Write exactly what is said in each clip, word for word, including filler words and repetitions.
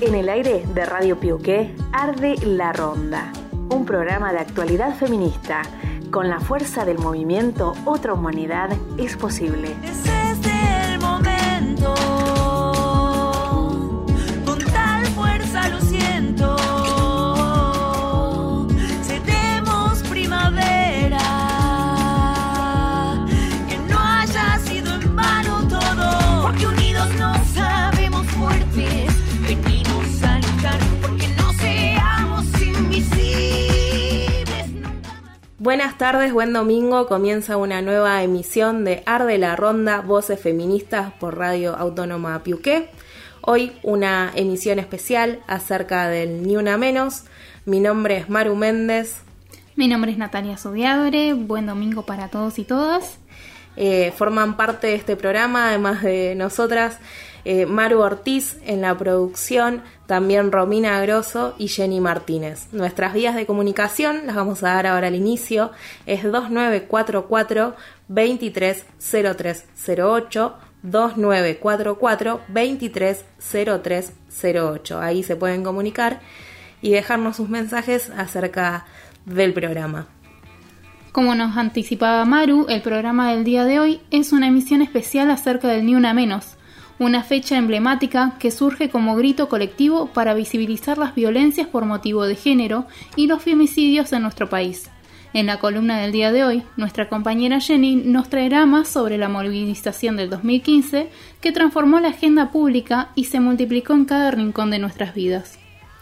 En el aire de Radio Piuqué arde La Ronda, un programa de actualidad feminista. Con la fuerza del movimiento Otra Humanidad es posible. Es este el momento, con tal fuerza lo siento, seremos primavera, que no haya sido en vano todo, porque unidos nos sabemos fuertes, venimos a luchar, porque no seamos invisibles nunca más. Buenas tardes, buen domingo, comienza una nueva emisión de Arde la Ronda, Voces Feministas por Radio Autónoma Piuqué. Hoy una emisión especial acerca del Ni Una Menos. Mi nombre es Maru Méndez. Mi nombre es Natalia Zubiadore, buen domingo para todos y todas. Eh, forman parte de este programa, además de nosotras, eh, Maru Ortiz en la producción, también Romina Grosso y Jenny Martínez. Nuestras vías de comunicación las vamos a dar ahora al inicio, es dos nueve cuatro cuatro, dos tres cero tres cero ocho, dos nueve cuatro cuatro, dos tres cero tres cero ocho. Ahí se pueden comunicar y dejarnos sus mensajes acerca del programa. Como nos anticipaba Maru, el programa del día de hoy es una emisión especial acerca del Ni Una Menos, una fecha emblemática que surge como grito colectivo para visibilizar las violencias por motivo de género y los femicidios en nuestro país. En la columna del día de hoy, nuestra compañera Jenny nos traerá más sobre la movilización del dos mil quince que transformó la agenda pública y se multiplicó en cada rincón de nuestras vidas.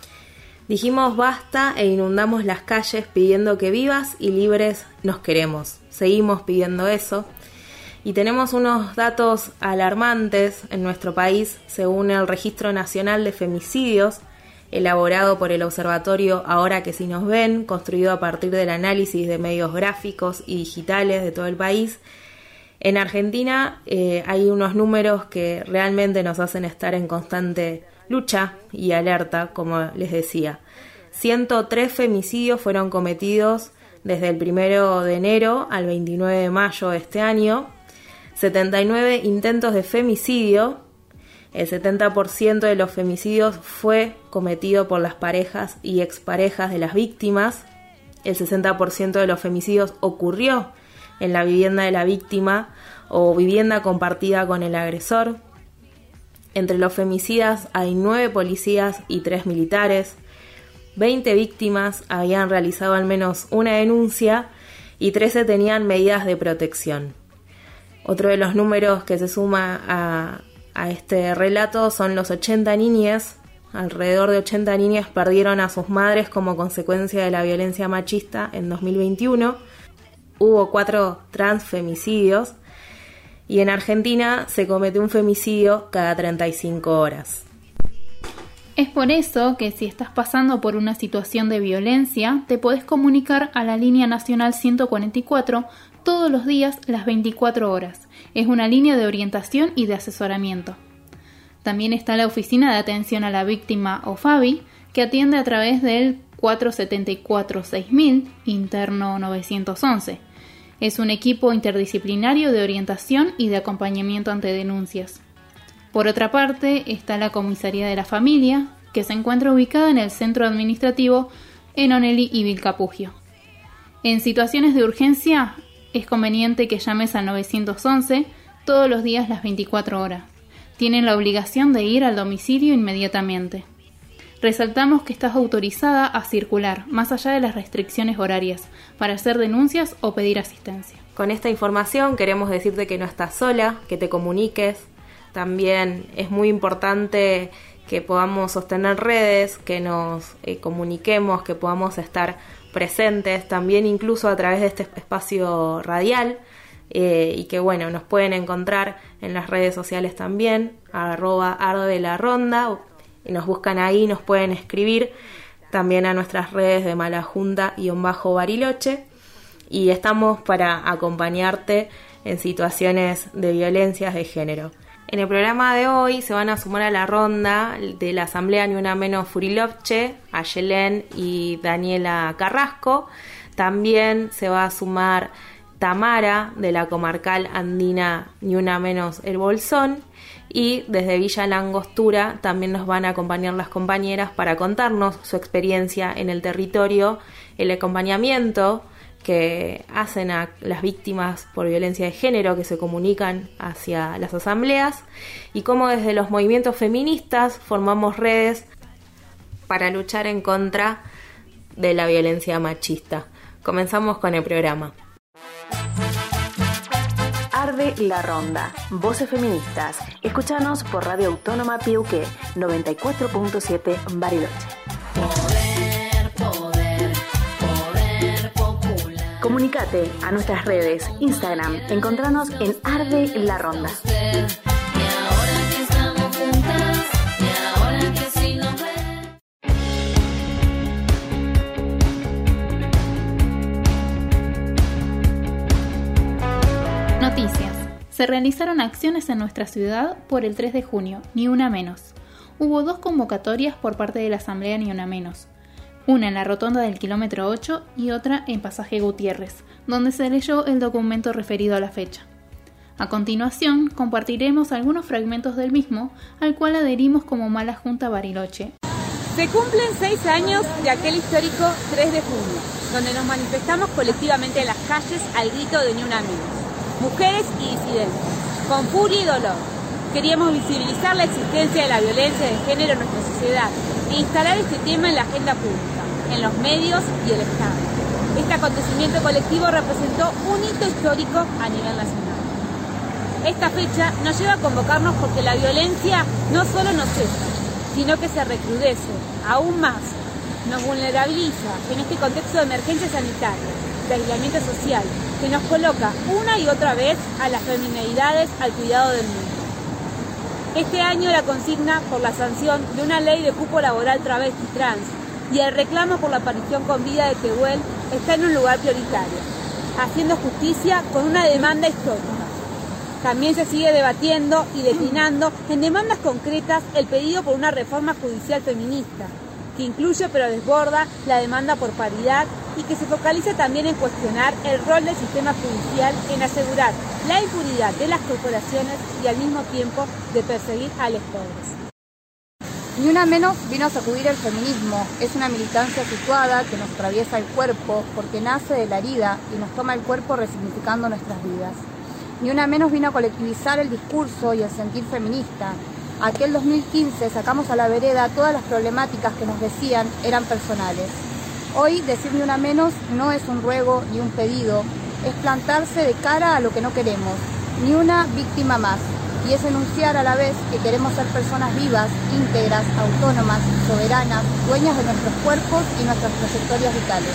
Dijimos basta e inundamos las calles pidiendo que vivas y libres nos queremos. Seguimos pidiendo eso. Y tenemos unos datos alarmantes en nuestro país, según el Registro Nacional de Femicidios, elaborado por el Observatorio Ahora que sí nos ven, construido a partir del análisis de medios gráficos y digitales de todo el país. En Argentina eh, hay unos números que realmente nos hacen estar en constante lucha y alerta, como les decía. ciento tres femicidios fueron cometidos desde el primero de enero al veintinueve de mayo de este año. setenta y nueve intentos de femicidio. El setenta por ciento de los femicidios fue cometido por las parejas y exparejas de las víctimas. El sesenta por ciento de los femicidios ocurrió en la vivienda de la víctima o vivienda compartida con el agresor. Entre los femicidas hay nueve policías y tres militares. veinte víctimas habían realizado al menos una denuncia y trece tenían medidas de protección. Otro de los números que se suma a, a este relato son los ochenta niñas. Alrededor de ochenta niñas perdieron a sus madres como consecuencia de la violencia machista en dos mil veintiuno. Hubo cuatro transfemicidios. Y en Argentina se comete un femicidio cada treinta y cinco horas. Es por eso que si estás pasando por una situación de violencia, te podés comunicar a la línea nacional ciento cuarenta y cuatro todos los días, las veinticuatro horas. Es una línea de orientación y de asesoramiento. También está la Oficina de Atención a la Víctima o FABI, que atiende a través del cuatro siete cuatro seis mil, interno novecientos once. Es un equipo interdisciplinario de orientación y de acompañamiento ante denuncias. Por otra parte, está la Comisaría de la Familia, que se encuentra ubicada en el centro administrativo en Onelli y Vilcapugio. En situaciones de urgencia, es conveniente que llames al novecientos once todos los días las veinticuatro horas. Tienen la obligación de ir al domicilio inmediatamente. Resaltamos que estás autorizada a circular, más allá de las restricciones horarias, para hacer denuncias o pedir asistencia. Con esta información queremos decirte que no estás sola, que te comuniques. También es muy importante que podamos sostener redes, que nos eh, comuniquemos, que podamos estar presentes, también incluso a través de este espacio radial, eh, y que bueno, nos pueden encontrar en las redes sociales también, arroba arde la ronda, y nos buscan ahí, nos pueden escribir también a nuestras redes de malajunta-bariloche, y estamos para acompañarte en situaciones de violencias de género. En el programa de hoy se van a sumar a la ronda de la Asamblea Ni Una Menos Furilovche, Ayelén y Daniela Carrasco. También se va a sumar Tamara, de la comarcal andina Ni Una Menos El Bolsón, y desde Villa La Angostura también nos van a acompañar las compañeras para contarnos su experiencia en el territorio, el acompañamiento que hacen a las víctimas por violencia de género que se comunican hacia las asambleas y cómo desde los movimientos feministas formamos redes para luchar en contra de la violencia machista. Comenzamos con el programa. Arde la Ronda, voces feministas. Escúchanos por Radio Autónoma Piauqué, noventa y cuatro punto siete Bariloche. Poder, poder, poder popular. Comunicate a nuestras redes, Instagram, encontranos en Arde la Ronda. Y ahora que estamos juntas, y ahora que sí nos ven. Noticias. Se realizaron acciones en nuestra ciudad por el tres de junio, Ni Una Menos. Hubo dos convocatorias por parte de la Asamblea Ni Una Menos. Una en la rotonda del kilómetro ocho y otra en Pasaje Gutiérrez, donde se leyó el documento referido a la fecha. A continuación, compartiremos algunos fragmentos del mismo, al cual adherimos como Mala Junta Bariloche. Se cumplen seis años de aquel histórico tres de junio, donde nos manifestamos colectivamente en las calles al grito de Ni Una Menos. Mujeres y disidentes, con furia y dolor. Queríamos visibilizar la existencia de la violencia de género en nuestra sociedad e instalar este tema en la agenda pública, en los medios y el Estado. Este acontecimiento colectivo representó un hito histórico a nivel nacional. Esta fecha nos lleva a convocarnos porque la violencia no solo no cesa, sino que se recrudece aún más, nos vulnerabiliza en este contexto de emergencia sanitaria, de aislamiento social, que nos coloca una y otra vez a las feminidades al cuidado del mundo. Este año la consigna por la sanción de una ley de cupo laboral travesti trans y el reclamo por la aparición con vida de Tehuel está en un lugar prioritario, haciendo justicia con una demanda histórica. También se sigue debatiendo y declinando en demandas concretas el pedido por una reforma judicial feminista, que incluye pero desborda la demanda por paridad y que se focaliza también en cuestionar el rol del sistema judicial en asegurar la impunidad de las corporaciones y al mismo tiempo de perseguir a los pobres. Ni Una Menos vino a sacudir el feminismo. Es una militancia situada que nos atraviesa el cuerpo porque nace de la herida y nos toma el cuerpo resignificando nuestras vidas. Ni Una Menos vino a colectivizar el discurso y el sentir feminista. Aquel dos mil quince sacamos a la vereda todas las problemáticas que nos decían eran personales. Hoy decir Ni Una Menos no es un ruego ni un pedido, es plantarse de cara a lo que no queremos, ni una víctima más, y es enunciar a la vez que queremos ser personas vivas, íntegras, autónomas, soberanas, dueñas de nuestros cuerpos y nuestras trayectorias vitales.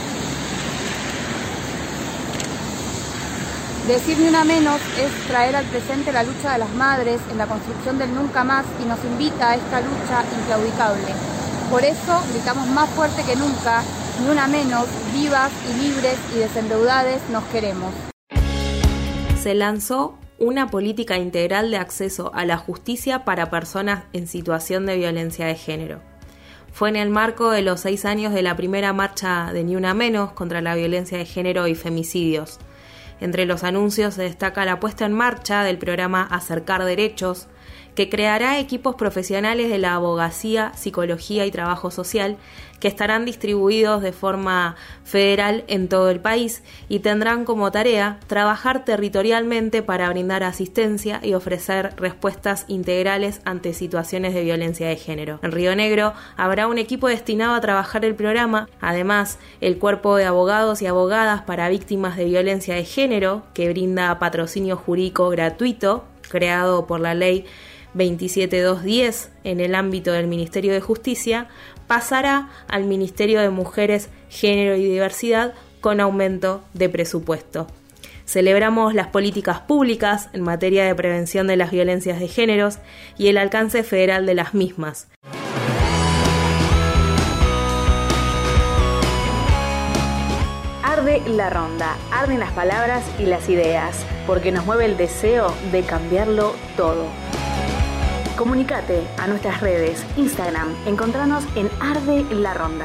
Decir Ni Una Menos es traer al presente la lucha de las madres en la construcción del nunca más y nos invita a esta lucha inclaudicable. Por eso gritamos más fuerte que nunca, Ni Una Menos, vivas y libres y desendeudades nos queremos. Se lanzó una política integral de acceso a la justicia para personas en situación de violencia de género. Fue en el marco de los seis años de la primera marcha de Ni Una Menos contra la violencia de género y femicidios. Entre los anuncios se destaca la puesta en marcha del programa Acercar Derechos, que creará equipos profesionales de la abogacía, psicología y trabajo social que estarán distribuidos de forma federal en todo el país y tendrán como tarea trabajar territorialmente para brindar asistencia y ofrecer respuestas integrales ante situaciones de violencia de género. En Río Negro habrá un equipo destinado a trabajar el programa, además el Cuerpo de Abogados y Abogadas para Víctimas de Violencia de Género, que brinda patrocinio jurídico gratuito, creado por la ley veintisiete mil doscientos diez en el ámbito del Ministerio de Justicia, pasará al Ministerio de Mujeres, Género y Diversidad con aumento de presupuesto. Celebramos las políticas públicas en materia de prevención de las violencias de géneros y el alcance federal de las mismas. Arde la ronda, arden las palabras y las ideas, porque nos mueve el deseo de cambiarlo todo. Comunicate a nuestras redes, Instagram, encontranos en Arde la Ronda.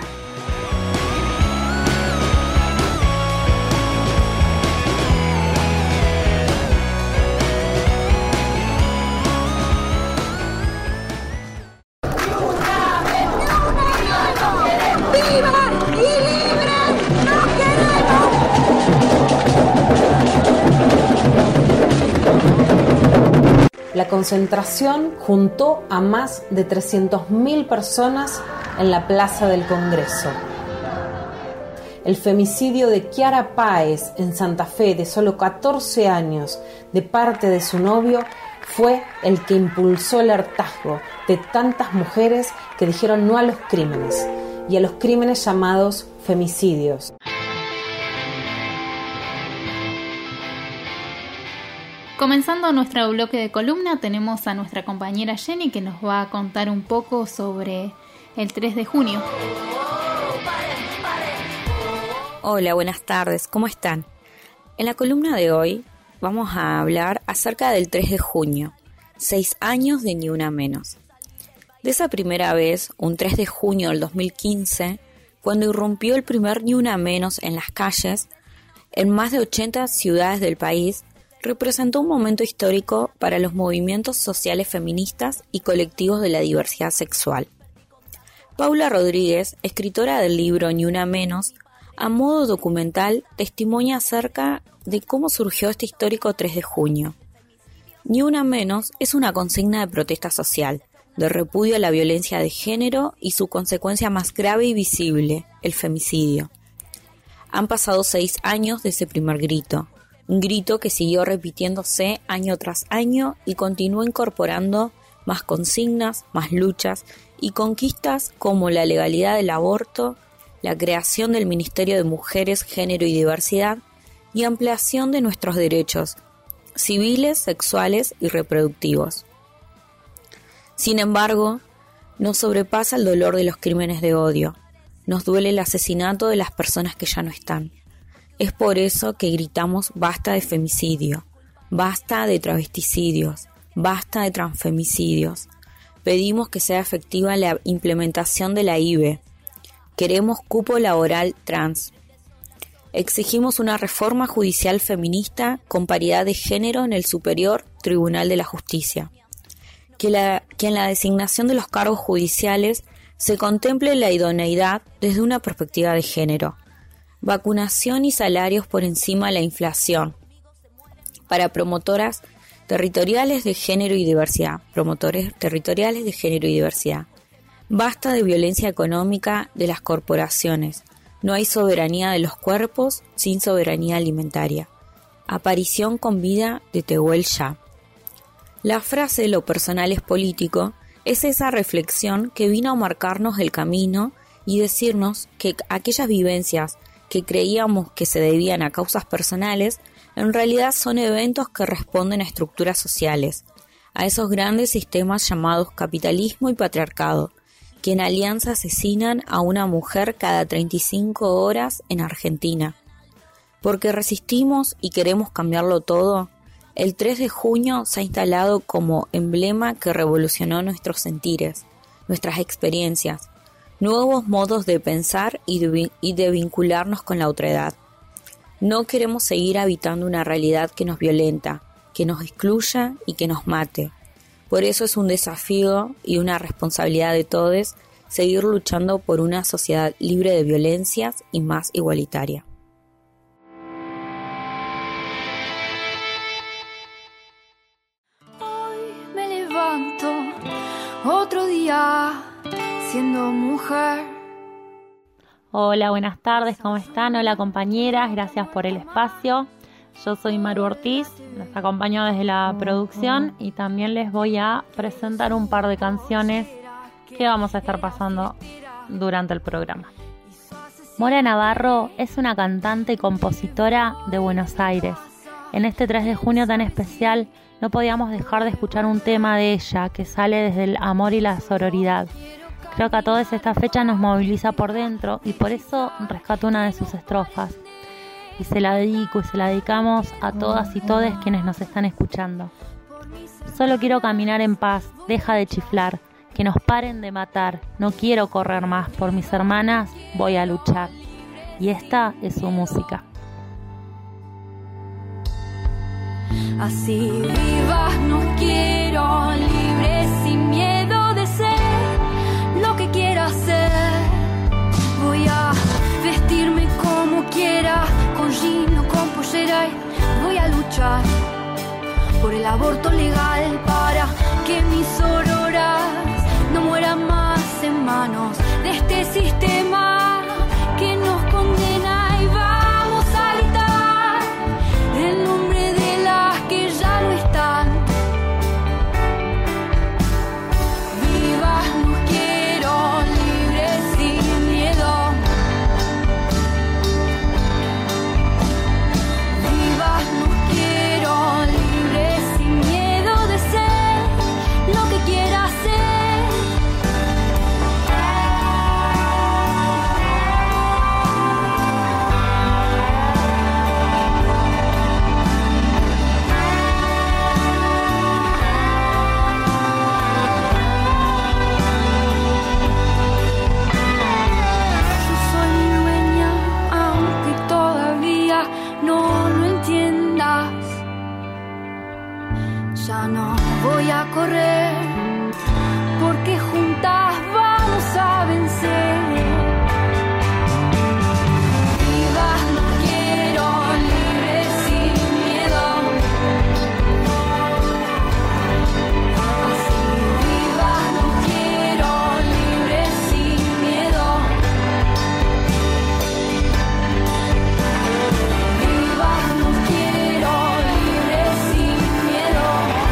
La concentración juntó a más de trescientas mil personas en la Plaza del Congreso. El femicidio de Kiara Páez en Santa Fe, de solo catorce años, de parte de su novio, fue el que impulsó el hartazgo de tantas mujeres que dijeron no a los crímenes y a los crímenes llamados femicidios. Comenzando nuestro bloque de columna, tenemos a nuestra compañera Jenny que nos va a contar un poco sobre el tres de junio. Hola, buenas tardes, ¿cómo están? En la columna de hoy vamos a hablar acerca del tres de junio, seis años de Ni Una Menos. De esa primera vez, un tres de junio del dos mil quince, cuando irrumpió el primer Ni Una Menos en las calles, en más de ochenta ciudades del país, representó un momento histórico para los movimientos sociales feministas y colectivos de la diversidad sexual. Paula Rodríguez, escritora del libro Ni Una Menos, a modo documental testimonia acerca de cómo surgió este histórico tres de junio. Ni Una Menos es una consigna de protesta social, de repudio a la violencia de género y su consecuencia más grave y visible, el femicidio. Han pasado seis años de ese primer grito, un grito que siguió repitiéndose año tras año y continuó incorporando más consignas, más luchas y conquistas como la legalidad del aborto, la creación del Ministerio de Mujeres, Género y Diversidad y ampliación de nuestros derechos civiles, sexuales y reproductivos. Sin embargo, nos sobrepasa el dolor de los crímenes de odio, nos duele el asesinato de las personas que ya no están. Es por eso que gritamos basta de femicidio, basta de travesticidios, basta de transfemicidios. Pedimos que sea efectiva la implementación de la I V E. Queremos cupo laboral trans. Exigimos una reforma judicial feminista con paridad de género en el Superior Tribunal de la Justicia. Que, la, que en la designación de los cargos judiciales se contemple la idoneidad desde una perspectiva de género. Vacunación y salarios por encima de la inflación. Para promotoras territoriales de género y diversidad. Promotores territoriales de género y diversidad. Basta de violencia económica de las corporaciones. No hay soberanía de los cuerpos sin soberanía alimentaria. Aparición con vida de Tehuel Ya. La frase "lo personal es político" es esa reflexión que vino a marcarnos el camino y decirnos que aquellas vivencias que creíamos que se debían a causas personales, en realidad son eventos que responden a estructuras sociales, a esos grandes sistemas llamados capitalismo y patriarcado, que en alianza asesinan a una mujer cada treinta y cinco horas en Argentina. Porque resistimos y queremos cambiarlo todo, el tres de junio se ha instalado como emblema que revolucionó nuestros sentires, nuestras experiencias, nuevos modos de pensar y de, y de vincularnos con la otredad. No queremos seguir habitando una realidad que nos violenta, que nos excluya y que nos mate. Por eso es un desafío y una responsabilidad de todos seguir luchando por una sociedad libre de violencias y más igualitaria. Hoy me levanto otro día siendo mujer. Hola, buenas tardes, ¿cómo están? Hola compañeras, gracias por el espacio. Yo soy Maru Ortiz, les acompaño desde la producción y también les voy a presentar un par de canciones que vamos a estar pasando durante el programa. Mora Navarro es una cantante y compositora de Buenos Aires. En este tres de junio tan especial no podíamos dejar de escuchar un tema de ella que sale desde el amor y la sororidad. Creo que a todas esta fecha nos moviliza por dentro y por eso rescato una de sus estrofas. Y se la dedico y se la dedicamos a todas y todes quienes nos están escuchando. Solo quiero caminar en paz, deja de chiflar, que nos paren de matar, no quiero correr más, por mis hermanas voy a luchar. Y esta es su música. Así vivas no quiero, libre sin miedo de ser lo que quiera ser. Voy a vestirme como quiera, con jean o con pollera, y voy a luchar por el aborto legal para que mis auroras no mueran más en manos de este sistema que nos condena. Y vamos a gritar el nombre de las que ya no están. Vivas nos quiero, libres sin miedo. Vivas nos quiero, libres sin miedo de ser lo que quiera ser. Yo soy mi dueña, aunque todavía no lo entiendas. Ya no voy a correr, porque juntas vamos a vencer. Vivas no quiero, libres sin miedo. Así, vivas no quiero, libres sin miedo. Vivas no quiero, libres sin miedo.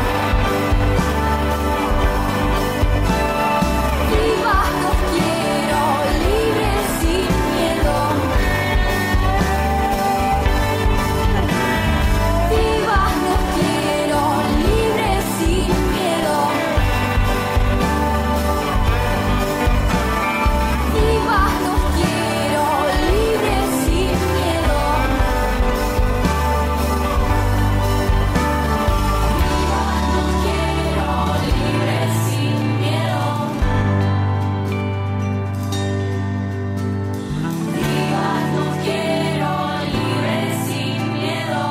Vivas no quiero, libres sin miedo. Vivas no quiero, libres sin miedo. Vivas no quiero, libres sin miedo. Vivas no quiero, libres sin miedo. Vivas no quiero, libres sin miedo.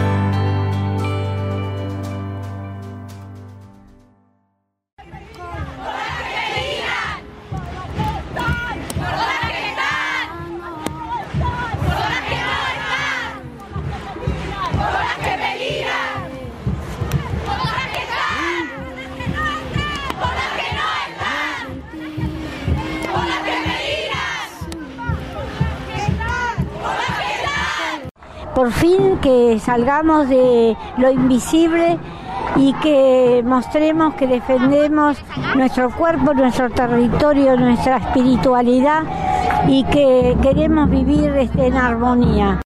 Por fin que salgamos de lo invisible y que mostremos que defendemos nuestro cuerpo, nuestro territorio, nuestra espiritualidad y que queremos vivir este, en armonía.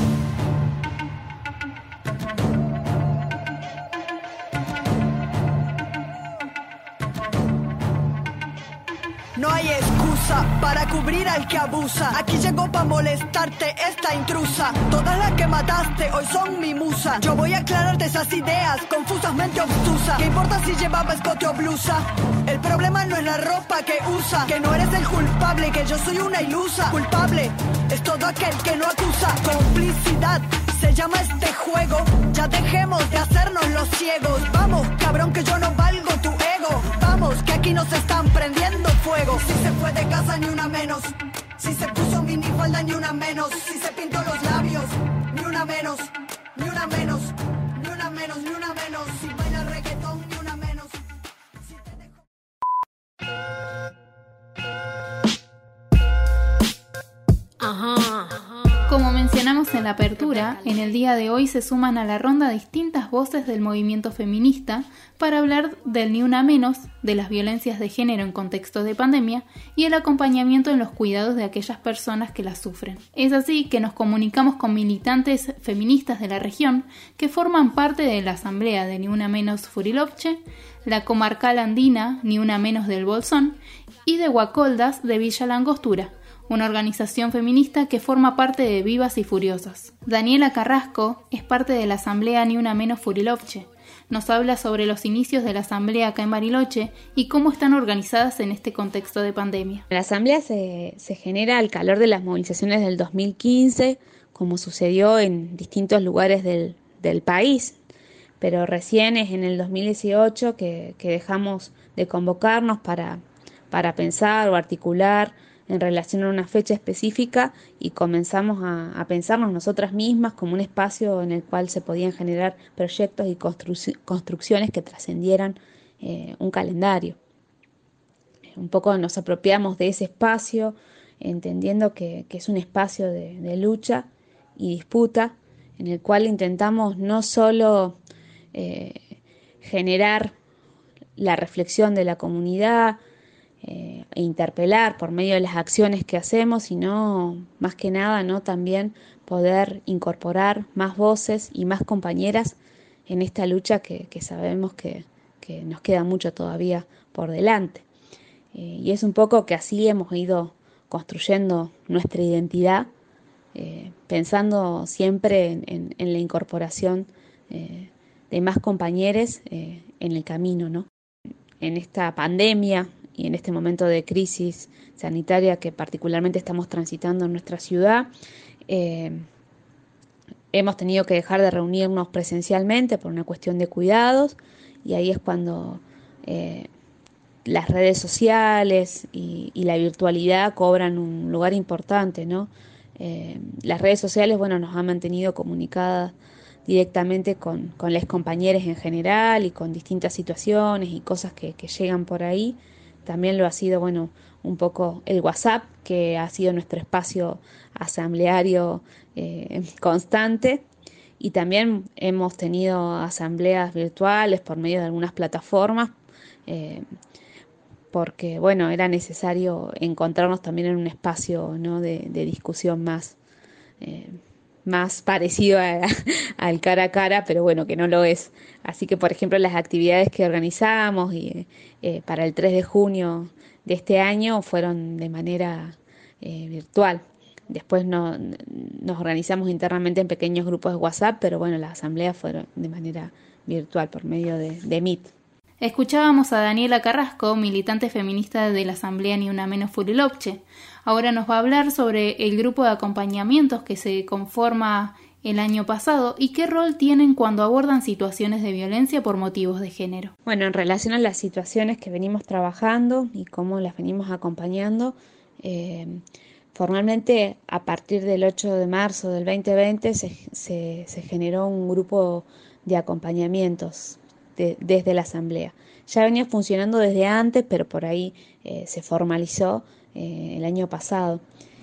No hay excusa para cubrir al que abusa. Aquí llegó pa' molestarte esta intrusa. Todas las que mataste hoy son mi musa. Yo voy a aclararte esas ideas confusas, mente obtusa. ¿Qué importa si llevaba escote o blusa? El problema no es la ropa que usa, que no eres el culpable, que yo soy una ilusa. Culpable es todo aquel que no acusa. Complicidad se llama este juego. Ya dejemos de hacernos los ciegos. Vamos, cabrón, que yo no valgo tu ego. Vamos, que aquí nos están prendiendo fuego. Si se fue de casa ni una menos. Si se puso minifalda ni una menos. Si se pintó los labios ni una menos. Ni una menos. Ni una menos, ni una menos. Si baila reggaetón ni una menos. Si te dejo... Ajá. Como mencionamos en la apertura, en el día de hoy se suman a la ronda distintas voces del movimiento feminista para hablar del Ni Una Menos, de las violencias de género en contexto de pandemia y el acompañamiento en los cuidados de aquellas personas que las sufren. Es así que nos comunicamos con militantes feministas de la región que forman parte de la asamblea de Ni Una Menos Furilovche, la comarcal andina Ni Una Menos del Bolsón y de Guacoldas de Villa Langostura, una organización feminista que forma parte de Vivas y Furiosas. Daniela Carrasco es parte de la asamblea Ni Una Menos Furilovche. Nos habla sobre los inicios de la asamblea acá en Bariloche y cómo están organizadas en este contexto de pandemia. La asamblea se, se genera al calor de las movilizaciones del dos mil quince, como sucedió en distintos lugares del, del país, pero recién es en el dos mil dieciocho que, que dejamos de convocarnos para, para pensar o articular en relación a una fecha específica y comenzamos a, a pensarnos nosotras mismas como un espacio en el cual se podían generar proyectos y constru- construcciones que trascendieran eh, un calendario. Un poco nos apropiamos de ese espacio, entendiendo que, que es un espacio de, de lucha y disputa, en el cual intentamos no solo eh, generar la reflexión de la comunidad, Eh, e interpelar por medio de las acciones que hacemos, sino más que nada, ¿no? También poder incorporar más voces y más compañeras en esta lucha que, que sabemos que, que nos queda mucho todavía por delante. Eh, y es un poco que así hemos ido construyendo nuestra identidad, eh, pensando siempre en, en, en la incorporación eh, de más compañeros eh, en el camino, ¿no? En esta pandemia y en este momento de crisis sanitaria que particularmente estamos transitando en nuestra ciudad, eh, hemos tenido que dejar de reunirnos presencialmente por una cuestión de cuidados, y ahí es cuando eh, las redes sociales y, y la virtualidad cobran un lugar importante, ¿no? Eh, las redes sociales, bueno, nos han mantenido comunicadas directamente con, con las compañeras en general y con distintas situaciones y cosas que, que llegan por ahí. También lo ha sido, bueno, un poco el WhatsApp, que ha sido nuestro espacio asambleario eh, constante, y también hemos tenido asambleas virtuales por medio de algunas plataformas, eh, porque, bueno, era necesario encontrarnos también en un espacio, ¿no? de, de discusión más eh, más parecido a, al cara a cara, pero bueno, que no lo es. Así que, por ejemplo, las actividades que organizamos y, eh, para el tres de junio de este año fueron de manera eh, virtual. Después no, nos organizamos internamente en pequeños grupos de WhatsApp, pero bueno, las asambleas fueron de manera virtual por medio de, de Meet. Escuchábamos a Daniela Carrasco, militante feminista de la Asamblea Ni Una Menos Furilovche. Ahora nos va a hablar sobre el grupo de acompañamientos que se conforma el año pasado y qué rol tienen cuando abordan situaciones de violencia por motivos de género. Bueno, en relación a las situaciones que venimos trabajando y cómo las venimos acompañando, eh, formalmente a partir del ocho de marzo del veinte veinte se, se, se generó un grupo de acompañamientos de, desde la Asamblea. Ya venía funcionando desde antes, pero por ahí eh, se formalizó eh, el año pasado.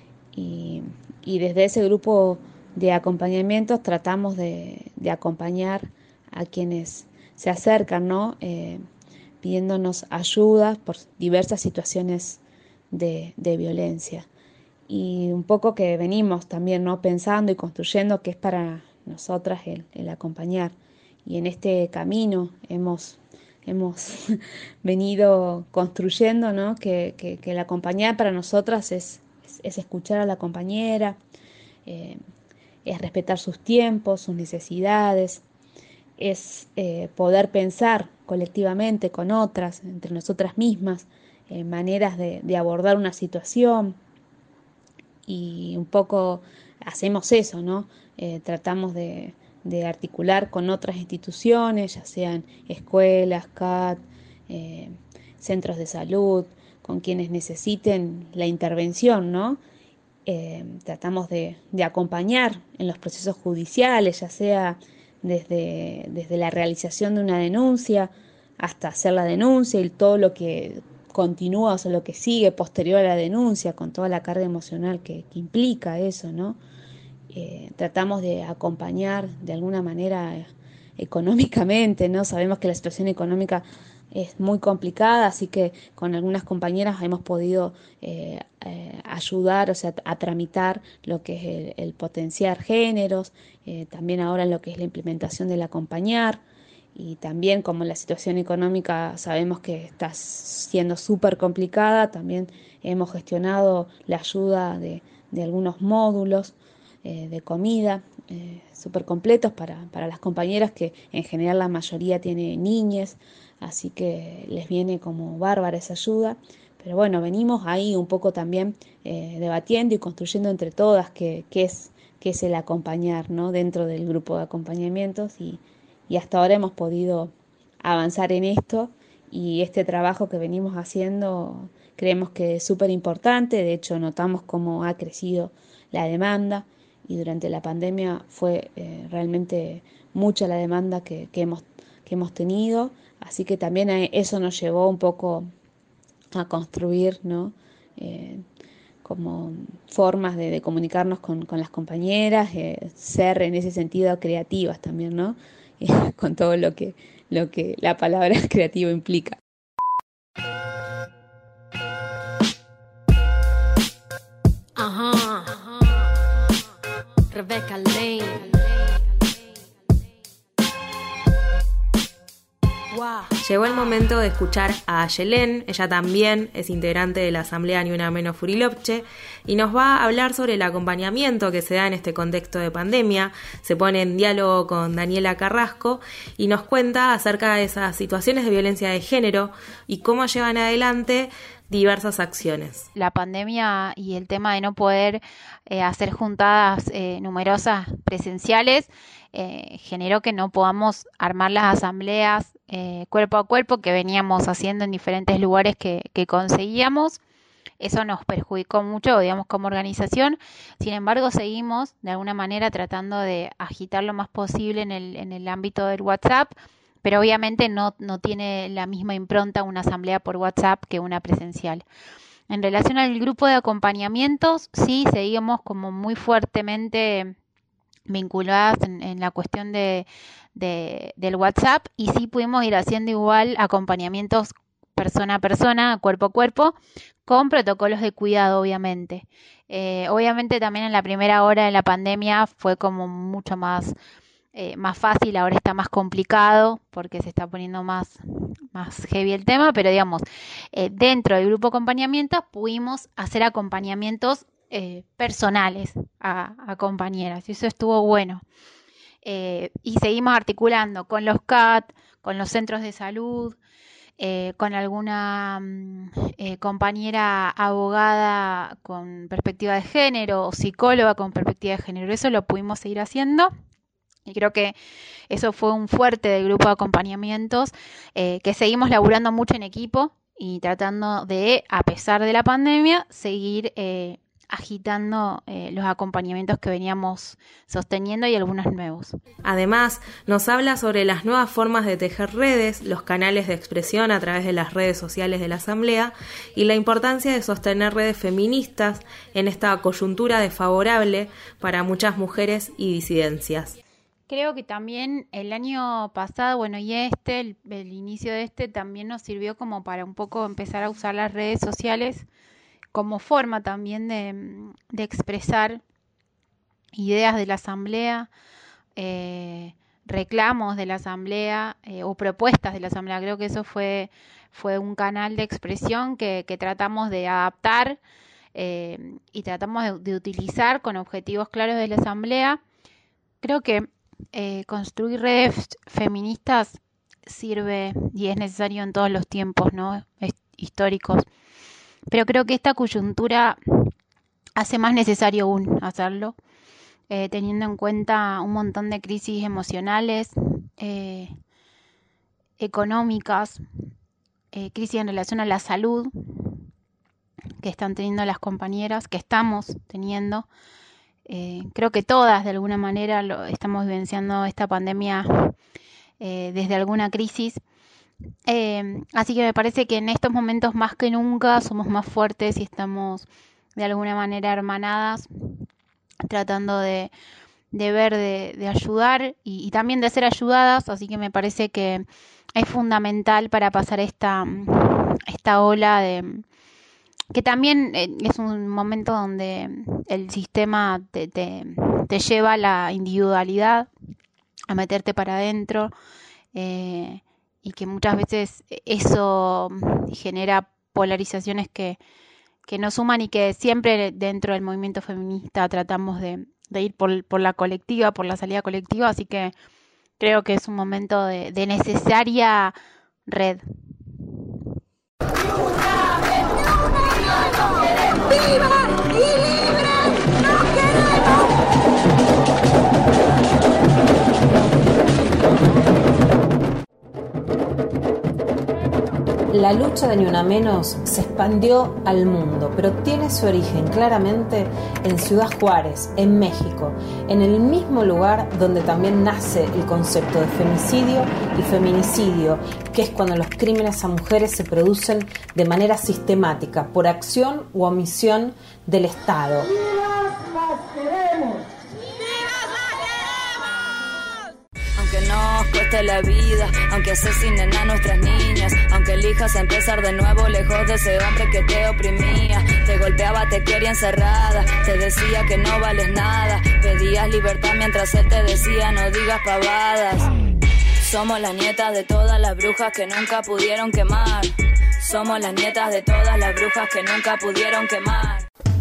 Y, y desde ese grupo de acompañamientos tratamos de, de acompañar a quienes se acercan, ¿no? Eh, pidiéndonos ayuda por diversas situaciones de, de violencia. Y un poco que venimos también, ¿no? pensando y construyendo que es para nosotras el, el acompañar. Y en este camino hemos, hemos venido construyendo, ¿no? que, que, que el acompañar para nosotras es, es, es escuchar a la compañera, eh, es respetar sus tiempos, sus necesidades, es eh, poder pensar colectivamente con otras, entre nosotras mismas, eh, maneras de, de abordar una situación. Y un poco hacemos eso, ¿no? Eh, tratamos de, de articular con otras instituciones, ya sean escuelas, C A T, eh, centros de salud, con quienes necesiten la intervención, ¿no? Eh, tratamos de, de acompañar en los procesos judiciales, ya sea desde, desde la realización de una denuncia hasta hacer la denuncia y todo lo que continúa, o sea, lo que sigue posterior a la denuncia, con toda la carga emocional que, que implica eso, ¿no? Eh, tratamos de acompañar de alguna manera económicamente, ¿no? Sabemos que la situación económica es muy complicada, así que con algunas compañeras hemos podido eh, eh, ayudar, o sea, a tramitar lo que es el, el potenciar géneros, eh, también ahora en lo que es la implementación del acompañar. Y también como la situación económica sabemos que está siendo súper complicada, también hemos gestionado la ayuda de, de algunos módulos eh, de comida eh, súper completos para, para las compañeras, que en general la mayoría tiene niñas, así que les viene como bárbara esa ayuda. Pero bueno, venimos ahí un poco también eh, debatiendo y construyendo entre todas qué, qué, es, qué es el acompañar, ¿no? dentro del grupo de acompañamientos, y Y hasta ahora hemos podido avanzar en esto y este trabajo que venimos haciendo creemos que es súper importante. De hecho, notamos cómo ha crecido la demanda y durante la pandemia fue eh, realmente mucha la demanda que, que, hemos, que hemos tenido. Así que también eso nos llevó un poco a construir, ¿no? Eh, como formas de, de comunicarnos con, con las compañeras, eh, ser en ese sentido creativas también, ¿no? Eh, con todo lo que, lo que la palabra creativo implica. Ajá, Rebecca Lane. Llegó el momento de escuchar a Ayelén. Ella también es integrante de la Asamblea Ni Una Menos Furilopche y nos va a hablar sobre el acompañamiento que se da en este contexto de pandemia. Se pone en diálogo con Daniela Carrasco y nos cuenta acerca de esas situaciones de violencia de género y cómo llevan adelante diversas acciones. La pandemia y el tema de no poder eh, hacer juntadas eh, numerosas presenciales eh, generó que no podamos armar las asambleas eh, cuerpo a cuerpo que veníamos haciendo en diferentes lugares que, que conseguíamos. Eso nos perjudicó mucho, digamos, como organización. Sin embargo, seguimos de alguna manera tratando de agitar lo más posible en el, en el ámbito del WhatsApp, pero obviamente no, no tiene la misma impronta una asamblea por WhatsApp que una presencial. En relación al grupo de acompañamientos, sí seguimos como muy fuertemente vinculadas en, en la cuestión de, de, del WhatsApp y sí pudimos ir haciendo igual acompañamientos persona a persona, cuerpo a cuerpo, con protocolos de cuidado, obviamente. Eh, obviamente también en la primera hora de la pandemia fue como mucho más... Eh, más fácil, ahora está más complicado porque se está poniendo más, más heavy el tema, pero digamos, eh, dentro del grupo de acompañamientos pudimos hacer acompañamientos eh, personales a, a compañeras y eso estuvo bueno. Eh, y seguimos articulando con los C A T, con los centros de salud, eh, con alguna eh, compañera abogada con perspectiva de género o psicóloga con perspectiva de género. Eso lo pudimos seguir haciendo. Y creo que eso fue un fuerte del grupo de acompañamientos, eh, que seguimos laburando mucho en equipo y tratando de, a pesar de la pandemia, seguir eh, agitando eh, los acompañamientos que veníamos sosteniendo y algunos nuevos. Además, nos habla sobre las nuevas formas de tejer redes, los canales de expresión a través de las redes sociales de la Asamblea y la importancia de sostener redes feministas en esta coyuntura desfavorable para muchas mujeres y disidencias. Creo que también el año pasado, bueno, y este, el, el inicio de este, también nos sirvió como para un poco empezar a usar las redes sociales como forma también de, de expresar ideas de la Asamblea, eh, reclamos de la Asamblea eh, o propuestas de la Asamblea. Creo que eso fue, fue un canal de expresión que, que tratamos de adaptar eh, y tratamos de, de utilizar con objetivos claros de la Asamblea. Creo que Eh, construir redes feministas sirve y es necesario en todos los tiempos, ¿no? históricos, pero creo que esta coyuntura hace más necesario aún hacerlo, eh, teniendo en cuenta un montón de crisis emocionales, eh, económicas, eh, crisis en relación a la salud que están teniendo las compañeras, que estamos teniendo. Eh, creo que todas de alguna manera lo, estamos vivenciando esta pandemia eh, desde alguna crisis, eh, así que me parece que en estos momentos más que nunca somos más fuertes y estamos de alguna manera hermanadas, tratando de, de ver, de, de ayudar y, y también de ser ayudadas, así que me parece que es fundamental para pasar esta, esta ola de... que también es un momento donde el sistema te, te, te lleva a la individualidad, a meterte para adentro, eh, y que muchas veces eso genera polarizaciones que, que nos suman y que siempre dentro del movimiento feminista tratamos de, de ir por, por la colectiva, por la salida colectiva, así que creo que es un momento de, de necesaria red. ¡Viva y libre! ¡No queremos! La lucha de Ni Una Menos se expandió al mundo, pero tiene su origen claramente en Ciudad Juárez, en México, en el mismo lugar donde también nace el concepto de femicidio y feminicidio, que es cuando los crímenes a mujeres se producen de manera sistemática, por acción u omisión del Estado. Aunque nos cueste la vida, aunque asesinen a nuestras niñas, aunque elijas empezar de nuevo lejos de ese hombre que te oprimía, te golpeaba, te quería encerrada, te decía que no vales nada, pedías libertad mientras él te decía no digas pavadas. Somos las nietas de todas las brujas que nunca pudieron quemar. Somos las nietas de todas las brujas que nunca pudieron quemar.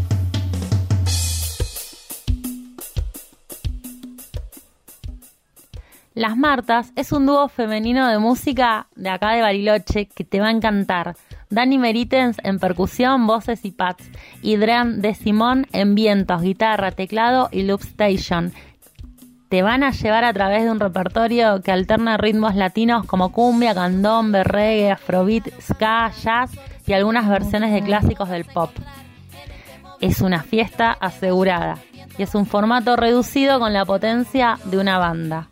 Las Martas es un dúo femenino de música de acá de Bariloche que te va a encantar. Dani Meritens en percusión, voces y pads. Y Dran de Simón en vientos, guitarra, teclado y loop station. Te van a llevar a través de un repertorio que alterna ritmos latinos como cumbia, candombe, reggae, afrobeat, ska, jazz y algunas versiones de clásicos del pop. Es una fiesta asegurada y es un formato reducido con la potencia de una banda.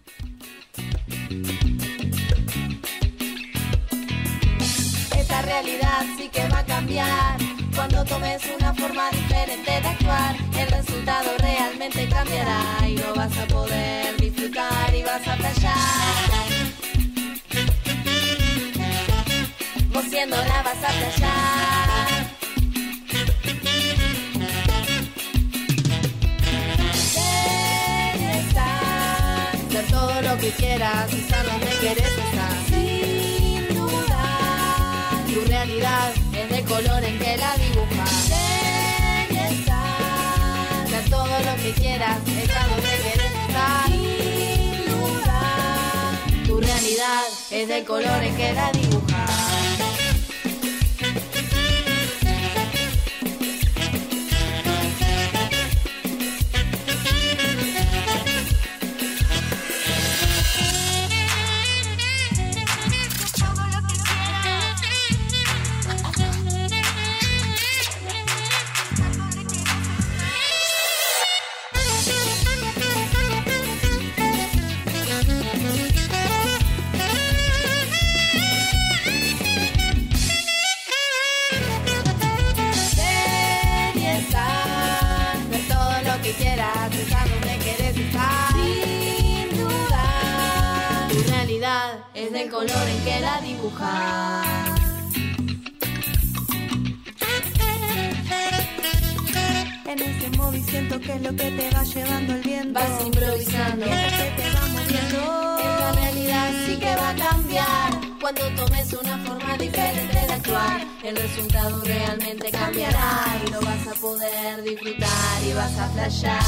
Esta realidad sí que va a cambiar cuando tomes una forma diferente de actuar. El resultado realmente cambiará y lo vas a poder disfrutar y vas a flashear. Vos siéndola vas a flashear. Ser todo lo que quieras, estar donde quieres estar. Sin duda, tu realidad es de color en que la dibujas. Bienestar, ser todo lo que quieras, estar donde quieres estar. Sin duda, tu realidad es de color en que la dibujas. Es del color en que la dibujas. En ese móvil siento que es lo que te va llevando el viento. Vas improvisando, mientras que te va moviendo. Esta realidad sí que va a cambiar cuando tomes una forma diferente de actuar. El resultado realmente cambiará y lo vas a poder disfrutar y vas a flashear.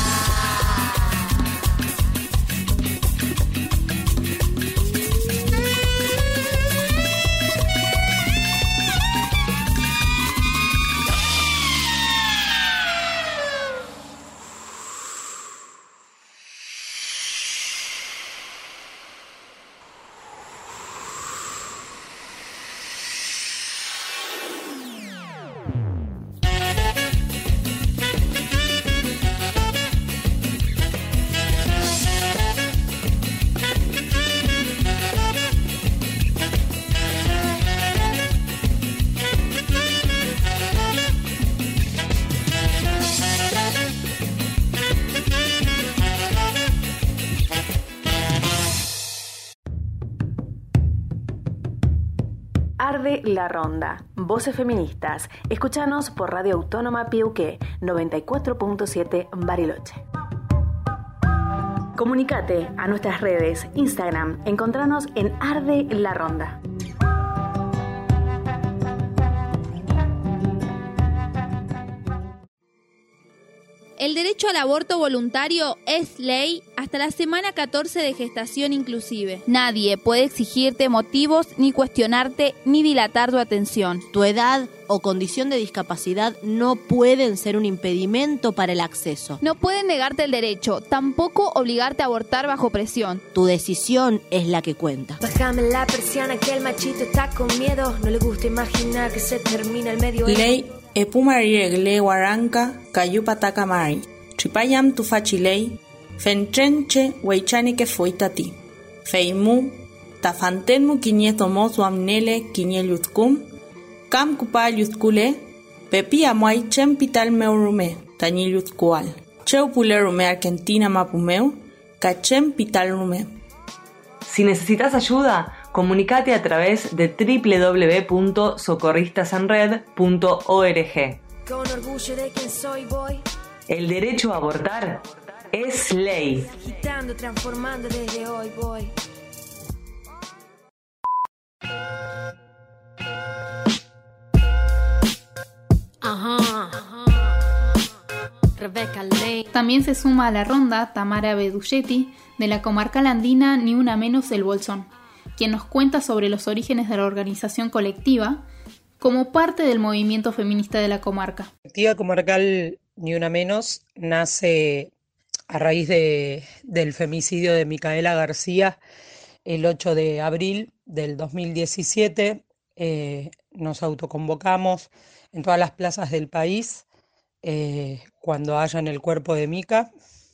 Arde la Ronda. Voces feministas. Escúchanos por Radio Autónoma Piauqué, noventa y cuatro punto siete Bariloche. Comunicate a nuestras redes, Instagram, encontranos en Arde la Ronda. El derecho al aborto voluntario es ley hasta la semana catorce de gestación inclusive. Nadie puede exigirte motivos, ni cuestionarte, ni dilatar tu atención. Tu edad o condición de discapacidad no pueden ser un impedimento para el acceso. No pueden negarte el derecho, tampoco obligarte a abortar bajo presión. Tu decisión es la que cuenta. Bájame la persiana que el machito está con miedo. No le gusta imaginar que se termina el medio. Ley epumariregle guaranca cayupataca mari. Tripayam tu fachilei. Fentrenche weichani que fuitati. Feimu tafantenmu quinieto mozo amnele quinielutzcum. Cam cupal yutkule, pepi amuay chempital meurume, tañilutzcual. Cheupulerume Argentina mapumeu, cachem pital rume. Si necesitas ayuda, comunícate a través de doble u doble u doble u punto socorristasenred punto org. Con orgullo de quien soy voy. El derecho a abortar es ley. Agitando, transformando desde hoy voy. Ajá. Rebeca Lane. También se suma a la ronda Tamara Beduchetti, de la comarcal andina Ni Una Menos El Bolsón, quien nos cuenta sobre los orígenes de la organización colectiva como parte del movimiento feminista de la comarca. La colectiva comarcal Ni Una Menos nace a raíz de, del femicidio de Micaela García el ocho de abril del dos mil diecisiete. Eh, nos autoconvocamos en todas las plazas del país eh, cuando hayan el cuerpo de Mica,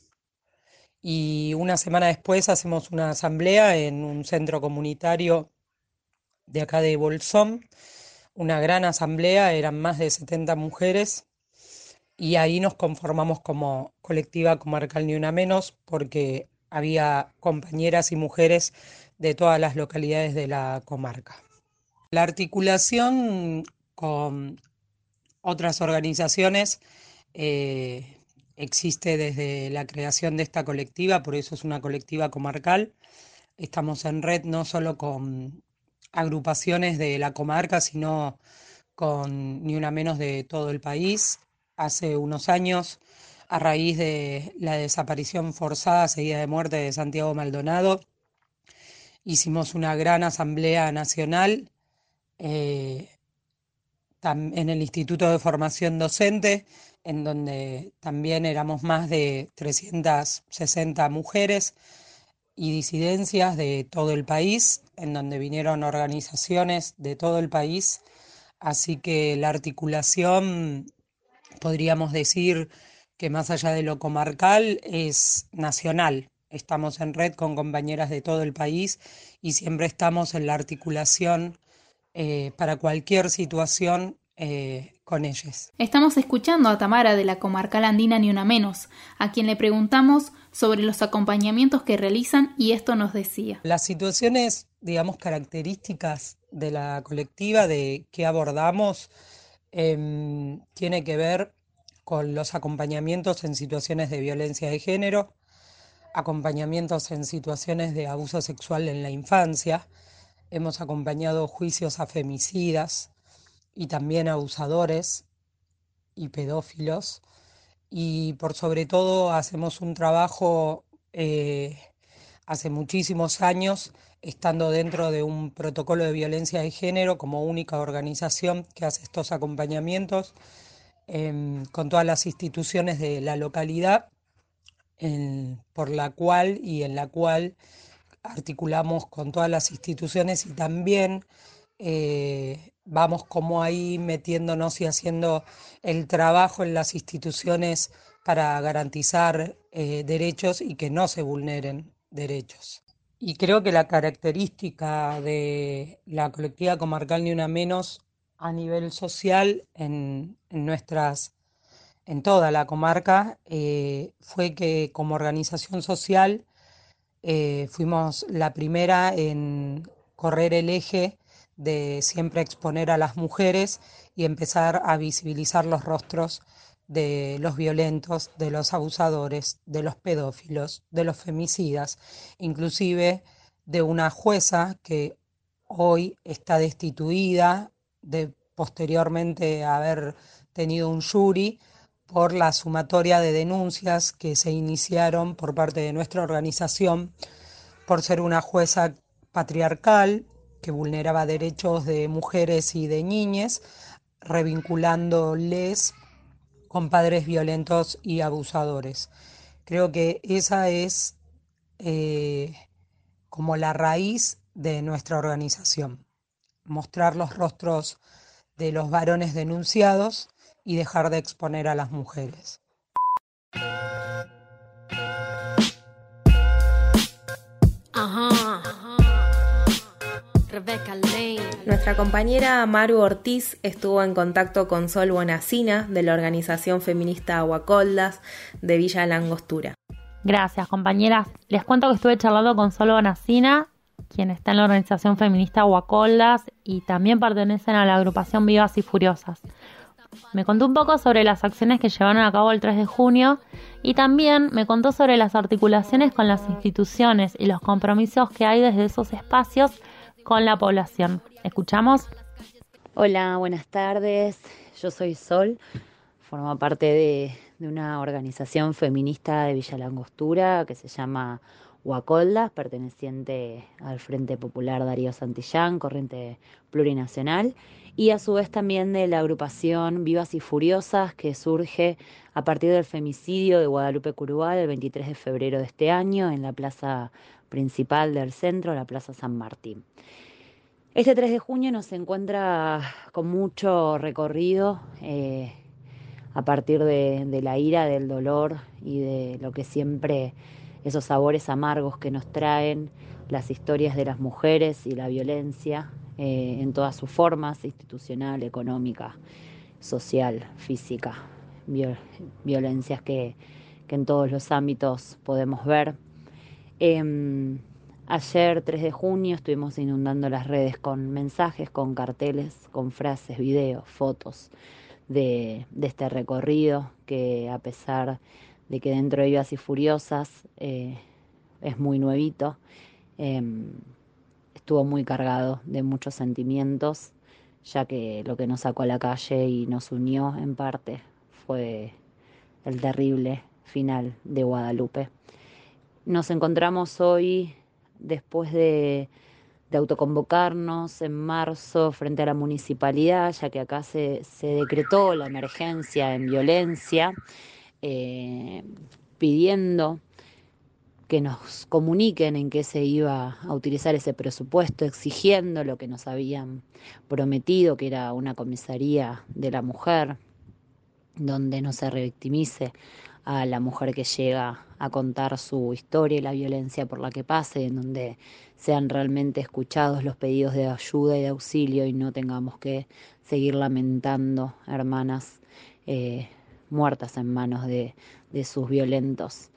y una semana después hacemos una asamblea en un centro comunitario de acá de Bolsón, una gran asamblea, eran más de setenta mujeres, y ahí nos conformamos como colectiva comarcal Ni Una Menos, porque había compañeras y mujeres de todas las localidades de la comarca. La articulación con otras organizaciones eh, existe desde la creación de esta colectiva, por eso es una colectiva comarcal. Estamos en red no solo con agrupaciones de la comarca, sino con Ni Una Menos de todo el país. Hace unos años, a raíz de la desaparición forzada seguida de muerte de Santiago Maldonado, hicimos una gran asamblea nacional eh, en el Instituto de Formación Docente, en donde también éramos más de trescientas sesenta mujeres y disidencias de todo el país, en donde vinieron organizaciones de todo el país, así que la articulación, podríamos decir que más allá de lo comarcal, es nacional. Estamos en red con compañeras de todo el país y siempre estamos en la articulación eh, para cualquier situación eh, con ellas. Estamos escuchando a Tamara de la comarcal andina Ni Una Menos, a quien le preguntamos sobre los acompañamientos que realizan, y esto nos decía. Las situaciones, digamos, características de la colectiva, de qué abordamos, eh, tiene que ver con los acompañamientos en situaciones de violencia de género, acompañamientos en situaciones de abuso sexual en la infancia. Hemos acompañado juicios a femicidas y también a abusadores y pedófilos, y por sobre todo hacemos un trabajo eh, hace muchísimos años, estando dentro de un protocolo de violencia de género como única organización que hace estos acompañamientos eh, con todas las instituciones de la localidad, en, por la cual y en la cual articulamos con todas las instituciones, y también eh, vamos como ahí metiéndonos y haciendo el trabajo en las instituciones para garantizar eh, derechos y que no se vulneren derechos. Y creo que la característica de la colectiva comarcal Ni Una Menos a nivel social en, en nuestras en toda la comarca eh, fue que como organización social eh, fuimos la primera en correr el eje de siempre exponer a las mujeres y empezar a visibilizar los rostros de los violentos, de los abusadores, de los pedófilos, de los femicidas, inclusive de una jueza que hoy está destituida de posteriormente haber tenido un jury por la sumatoria de denuncias que se iniciaron por parte de nuestra organización por ser una jueza patriarcal que vulneraba derechos de mujeres y de niñas, revinculándoles con padres violentos y abusadores. Creo que esa es eh, como la raíz de nuestra organización, mostrar los rostros de los varones denunciados y dejar de exponer a las mujeres. Ajá. Rebecca Lane. Nuestra compañera Maru Ortiz estuvo en contacto con Sol Bonacina de la organización feminista Aguacoldas de Villa Langostura. Gracias, compañeras. Les cuento que estuve charlando con Sol Bonacina, quien está en la organización feminista Aguacoldas y también pertenecen a la agrupación Vivas y Furiosas. Me contó un poco sobre las acciones que llevaron a cabo el tres de junio y también me contó sobre las articulaciones con las instituciones y los compromisos que hay desde esos espacios con la población. ¿Escuchamos? Hola, buenas tardes. Yo soy Sol, formo parte de, de una organización feminista de Villa Langostura que se llama Aguacoldas, perteneciente al Frente Popular Darío Santillán, corriente plurinacional, y a su vez también de la agrupación Vivas y Furiosas, que surge a partir del femicidio de Guadalupe Curubal el veintitrés de febrero de este año en la plaza principal del centro, la Plaza San Martín. Este tres de junio nos encuentra con mucho recorrido eh, a partir de, de la ira, del dolor y de lo que siempre esos sabores amargos que nos traen las historias de las mujeres y la violencia eh, en todas sus formas, institucional, económica, social, física, viol- violencias que, que en todos los ámbitos podemos ver. Eh, ayer, tres de junio, estuvimos inundando las redes con mensajes, con carteles, con frases, videos, fotos de, de este recorrido que, a pesar de que dentro de Vivas y Furiosas eh, es muy nuevito, eh, estuvo muy cargado de muchos sentimientos, ya que lo que nos sacó a la calle y nos unió en parte fue el terrible final de Guadalupe. Nos encontramos hoy, después de, de autoconvocarnos en marzo frente a la municipalidad, ya que acá se, se decretó la emergencia en violencia, eh, pidiendo que nos comuniquen en qué se iba a utilizar ese presupuesto, exigiendo lo que nos habían prometido, que era una comisaría de la mujer, donde no se revictimice a la mujer que llega a contar su historia y la violencia por la que pase, en donde sean realmente escuchados los pedidos de ayuda y de auxilio y no tengamos que seguir lamentando hermanas eh, muertas en manos de, de sus violentos.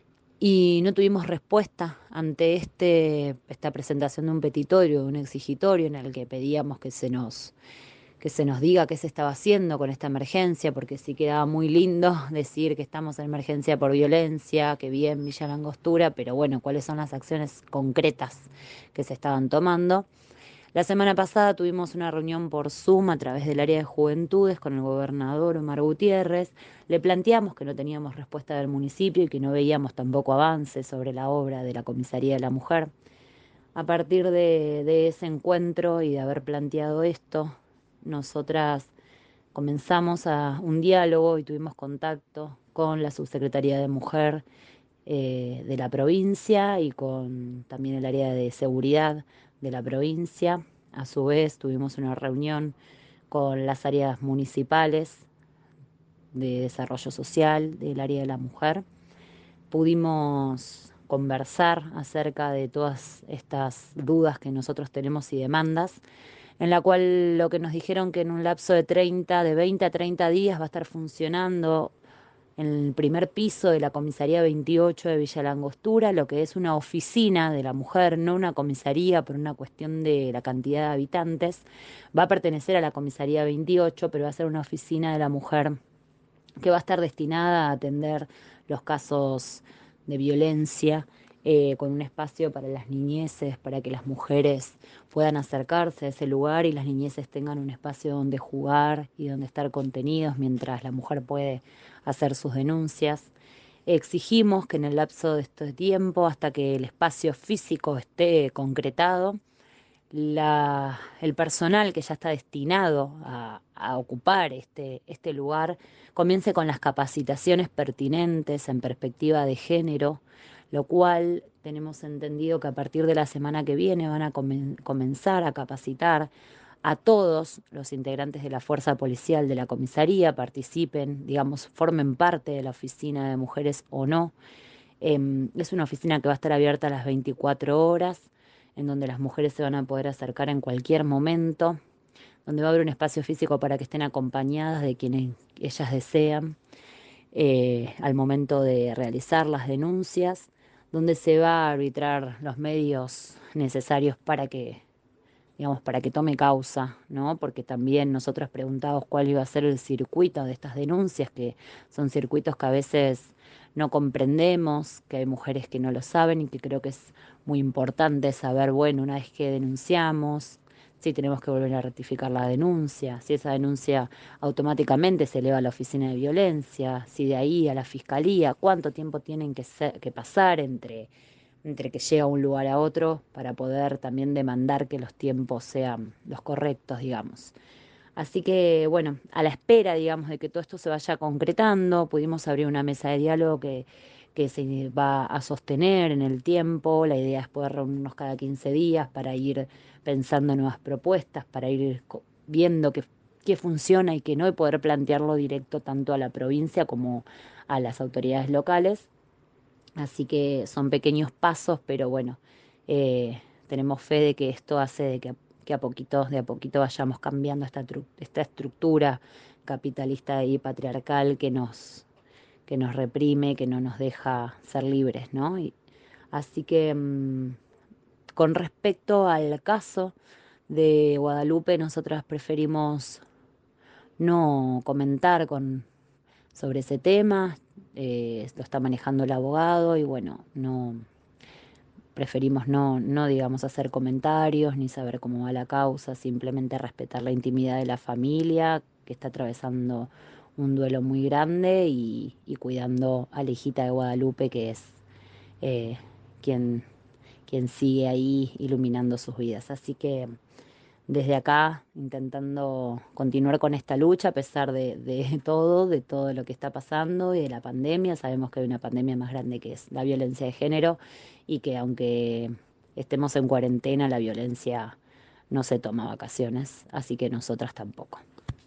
Y no tuvimos respuesta ante este, esta presentación de un petitorio, de un exigitorio en el que pedíamos que se nos que se nos diga qué se estaba haciendo con esta emergencia, porque sí quedaba muy lindo decir que estamos en emergencia por violencia, que bien Villa Langostura, pero bueno, cuáles son las acciones concretas que se estaban tomando. La semana pasada tuvimos una reunión por Zoom a través del área de juventudes con el gobernador Omar Gutiérrez. Le planteamos que no teníamos respuesta del municipio y que no veíamos tampoco avance sobre la obra de la Comisaría de la Mujer. A partir de, de ese encuentro y de haber planteado esto, nosotras comenzamos a un diálogo y tuvimos contacto con la Subsecretaría de Mujer eh, de la provincia y con también el área de seguridad de la provincia. A su vez tuvimos una reunión con las áreas municipales de desarrollo social del área de la mujer. Pudimos conversar acerca de todas estas dudas que nosotros tenemos y demandas, en la cual lo que nos dijeron que en un lapso de treinta, de veinte a treinta días va a estar funcionando en el primer piso de la comisaría veintiocho de Villa Langostura, lo que es una oficina de la mujer, no una comisaría por una cuestión de la cantidad de habitantes. Va a pertenecer a la comisaría veintiocho, pero va a ser una oficina de la mujer que va a estar destinada a atender los casos de violencia, Eh, con un espacio para las niñeces, para que las mujeres puedan acercarse a ese lugar y las niñeces tengan un espacio donde jugar y donde estar contenidos mientras la mujer puede hacer sus denuncias. Exigimos que en el lapso de este tiempo, hasta que el espacio físico esté concretado, la, el personal que ya está destinado a, a ocupar este, este lugar comience con las capacitaciones pertinentes en perspectiva de género, lo cual tenemos entendido que a partir de la semana que viene van a comen- comenzar a capacitar a todos los integrantes de la fuerza policial de la comisaría, participen, digamos, formen parte de la oficina de mujeres o no. Eh, es una oficina que va a estar abierta a las veinticuatro horas, en donde las mujeres se van a poder acercar en cualquier momento, donde va a haber un espacio físico para que estén acompañadas de quienes ellas desean eh, al momento de realizar las denuncias, donde se va a arbitrar los medios necesarios para que, digamos, para que tome causa, ¿no? Porque también nosotros preguntamos cuál iba a ser el circuito de estas denuncias, que son circuitos que a veces no comprendemos, que hay mujeres que no lo saben y que creo que es muy importante saber, bueno, una vez que denunciamos, si tenemos que volver a ratificar la denuncia, si esa denuncia automáticamente se eleva a la oficina de violencia, si de ahí a la fiscalía, cuánto tiempo tienen que, ser, que pasar entre, entre que llega a un lugar a otro para poder también demandar que los tiempos sean los correctos, digamos. Así que, bueno, a la espera, digamos, de que todo esto se vaya concretando, pudimos abrir una mesa de diálogo que, que se va a sostener en el tiempo. La idea es poder reunirnos cada quince días para ir pensando nuevas propuestas, para ir viendo qué, qué funciona y qué no, y poder plantearlo directo tanto a la provincia como a las autoridades locales. Así que son pequeños pasos, pero bueno, eh, tenemos fe de que esto hace de que que a poquito, de a poquito vayamos cambiando esta, esta estructura capitalista y patriarcal que nos, que nos reprime, que no nos deja ser libres, ¿no? Y, así que mmm, con respecto al caso de Guadalupe, nosotras preferimos no comentar con, sobre ese tema, eh, lo está manejando el abogado y bueno, no... Preferimos no, no, digamos, hacer comentarios ni saber cómo va la causa, simplemente respetar la intimidad de la familia que está atravesando un duelo muy grande y, y cuidando a la hijita de Guadalupe, que es eh, quien, quien sigue ahí iluminando sus vidas. Así que desde acá intentando continuar con esta lucha a pesar de, de todo, de todo lo que está pasando y de la pandemia. Sabemos que hay una pandemia más grande que es la violencia de género y que aunque estemos en cuarentena, la violencia no se toma vacaciones, así que nosotras tampoco.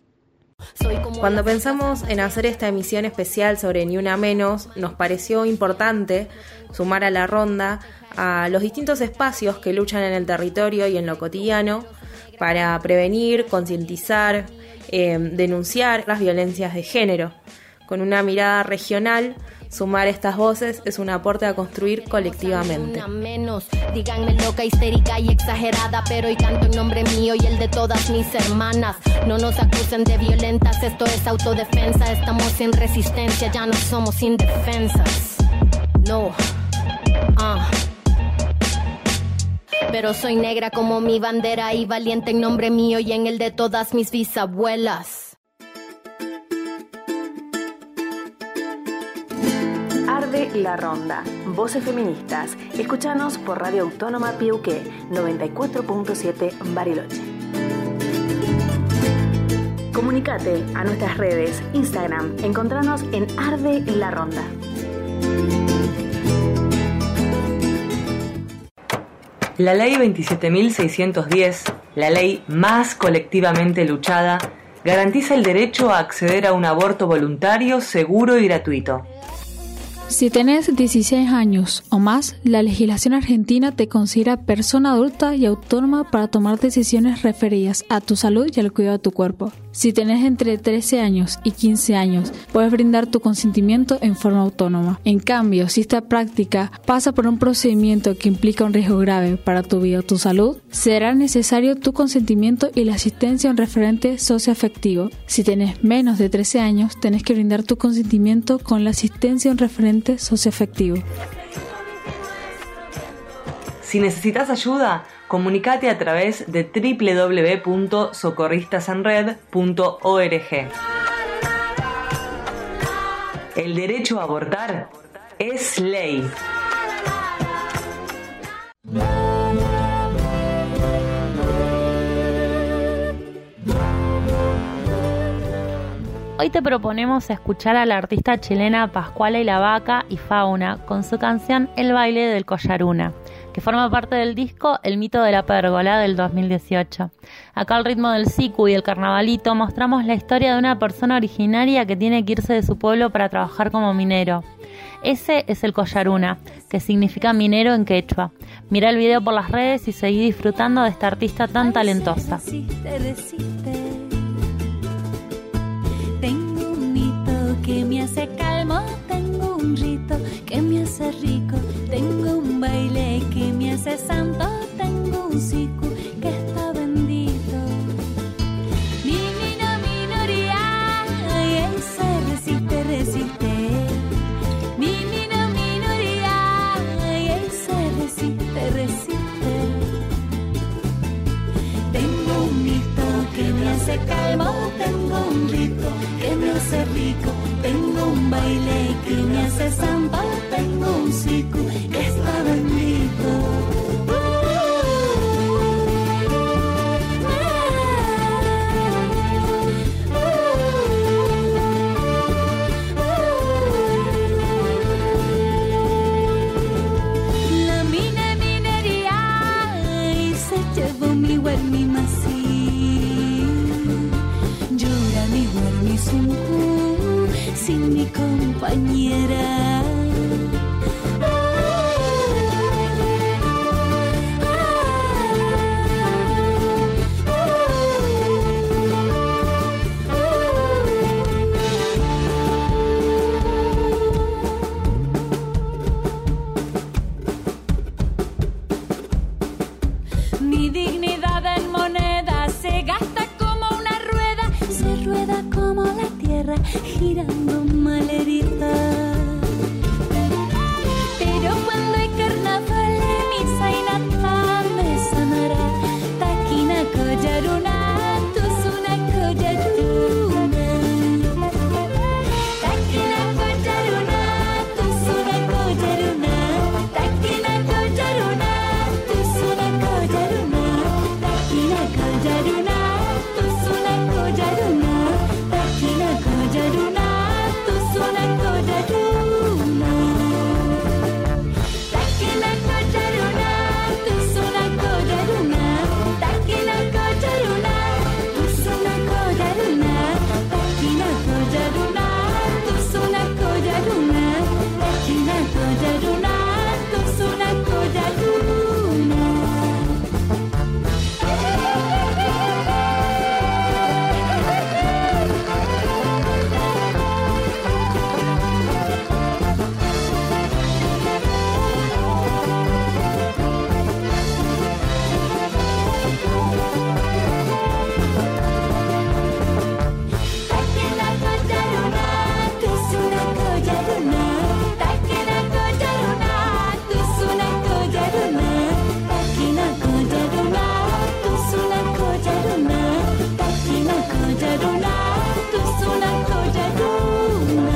Cuando pensamos en hacer esta emisión especial sobre Ni Una Menos, nos pareció importante sumar a la ronda a los distintos espacios que luchan en el territorio y en lo cotidiano para prevenir, concientizar, eh, denunciar las violencias de género. Con una mirada regional, sumar estas voces es un aporte a construir colectivamente. Menos, díganme loca, histérica y exagerada, pero hoy canto en nombre mío y el de todas mis hermanas. No nos acusen de violentas, esto es autodefensa. Estamos en resistencia, ya no somos indefensas. No, ah. Pero soy negra como mi bandera y valiente en nombre mío y en el de todas mis bisabuelas. Arde la Ronda, voces feministas. Escúchanos por Radio Autónoma Piauqué, noventa y cuatro punto siete Bariloche. Comunicate a nuestras redes, Instagram, encontranos en Arde la Ronda. La ley veintisiete mil seiscientos diez, la ley más colectivamente luchada, garantiza el derecho a acceder a un aborto voluntario, seguro y gratuito. Si tenés dieciséis años o más, la legislación argentina te considera persona adulta y autónoma para tomar decisiones referidas a tu salud y al cuidado de tu cuerpo. Si tenés entre trece años y quince años, puedes brindar tu consentimiento en forma autónoma. En cambio, si esta práctica pasa por un procedimiento que implica un riesgo grave para tu vida o tu salud, será necesario tu consentimiento y la asistencia a un referente socioafectivo. Si tenés menos de trece años, tenés que brindar tu consentimiento con la asistencia a un referente socioafectivo. Si necesitas ayuda, comunicate a través de doble u doble u doble u punto socorristasenred punto org. El derecho a abortar es ley. Hoy te proponemos escuchar a la artista chilena Pascuala y la Vaca y Fauna con su canción El baile del Collaruna, que forma parte del disco El mito de la pérgola del dos mil dieciocho. Acá al ritmo del sicu y el carnavalito mostramos la historia de una persona originaria que tiene que irse de su pueblo para trabajar como minero. Ese es el Collaruna, que significa minero en quechua. Mira el video por las redes y seguí disfrutando de esta artista tan talentosa. Resiste, resiste. Tengo un mito que me hace calmo, tengo un rito que me hace rico, tengo un baile que me hace santo, tengo un siku que está bendito. Mi mina minoría, él se resiste, resiste. Mi mina minoría, él se resiste, resiste. Tengo un mito que me hace calmo, tengo un rito que me hace rico, tengo un baile que me hace samba, tengo un siku que está bendito. La mina minería y se llevó mi huermi masí, llora mi huermi sunku sin mi compañera. Mi dignidad en moneda se gasta como una rueda, se rueda como la tierra, girando malherida. Pero cuando hay carnaval, misa y natal me sanará. Taquina collaruna, tusuna collaruna. Taquina collaruna, tusuna collaruna. Taquina collaruna, tusuna collaruna. Taquina collaruna, tusuna collaruna. Taquina collaruna, tusuna collaruna. Taquina collaruna, tusuna collaruna. Taquina collaruna, tusuna collaruna. Taquina collaruna, tusuna collaruna. Taquina collaruna, tusuna collaruna. Taquina collaruna, tusuna collaruna. Taquina collaruna, tusuna collaruna. Taquina collaruna, tusuna collaruna. Taquina collaruna, tusuna collaruna.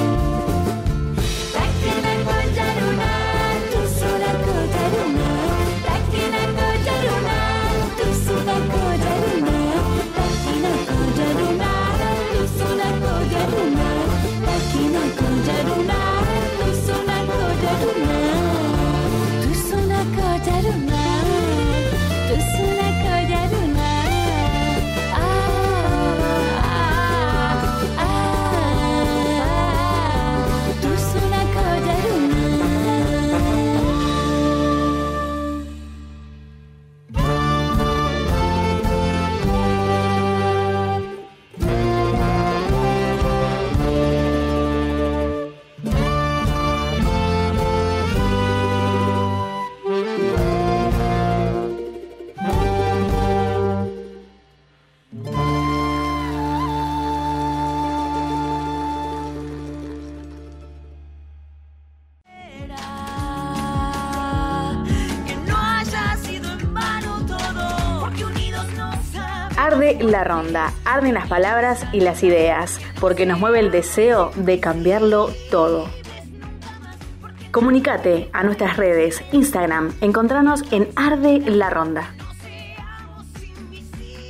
Taquina collaruna, tusuna collaruna. Taquina collaruna, tusuna collaruna. Taquina collaruna, tusuna collaruna. Taquina collaruna, tusuna collaruna. Tusuna collaruna, tusuna collaruna. Ah, ah, ah, tusuna collaruna. Que no haya sido en vano todo, porque unidos nos saben. Arde la ronda, arden las palabras y las ideas, porque nos mueve el deseo de cambiarlo todo. Comunícate a nuestras redes, Instagram, encontranos en Arde la Ronda.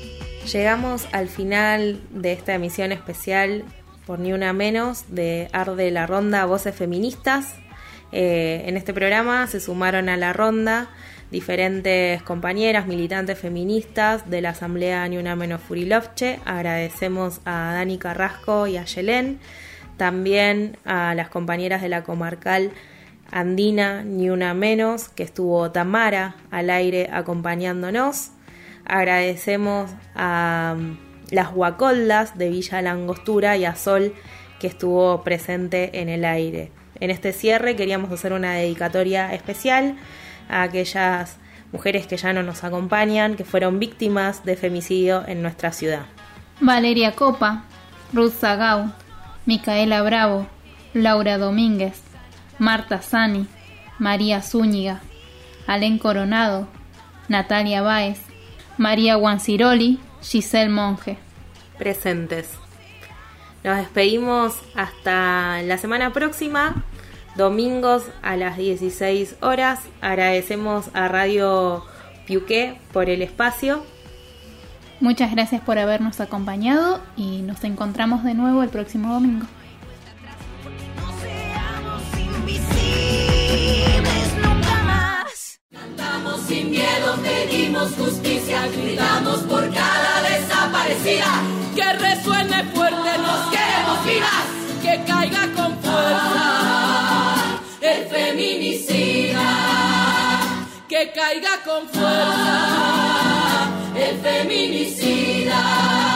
Llegamos al final de esta emisión especial por Ni Una Menos de Arde la Ronda Voces Feministas. Eh, en este programa se sumaron a la ronda diferentes compañeras militantes feministas de la Asamblea Ni Una Menos Furilovche. Agradecemos a Dani Carrasco y a Yelén, también a las compañeras de la comarcal andina Ni Una Menos, que estuvo Tamara al aire acompañándonos. Agradecemos a las Huacoldas de Villa La Angostura y a Sol, que estuvo presente en el aire. En este cierre queríamos hacer una dedicatoria especial a aquellas mujeres que ya no nos acompañan, que fueron víctimas de femicidio en nuestra ciudad. Valeria Copa, Ruth Zagau, Micaela Bravo, Laura Domínguez, Marta Sani, María Zúñiga, Alén Coronado, Natalia Báez, María Guanciroli, Giselle Monge. Presentes. Nos despedimos hasta la semana próxima, domingos a las dieciséis horas. Agradecemos a Radio Piuqué por el espacio. Muchas gracias por habernos acompañado y nos encontramos de nuevo el próximo domingo. Cantamos sin miedo, pedimos justicia, gritamos por cada desaparecida. Que resuene fuerte, nos queremos vivas, que caiga con fuerza el feminicida. Que caiga con fuerza el feminicida.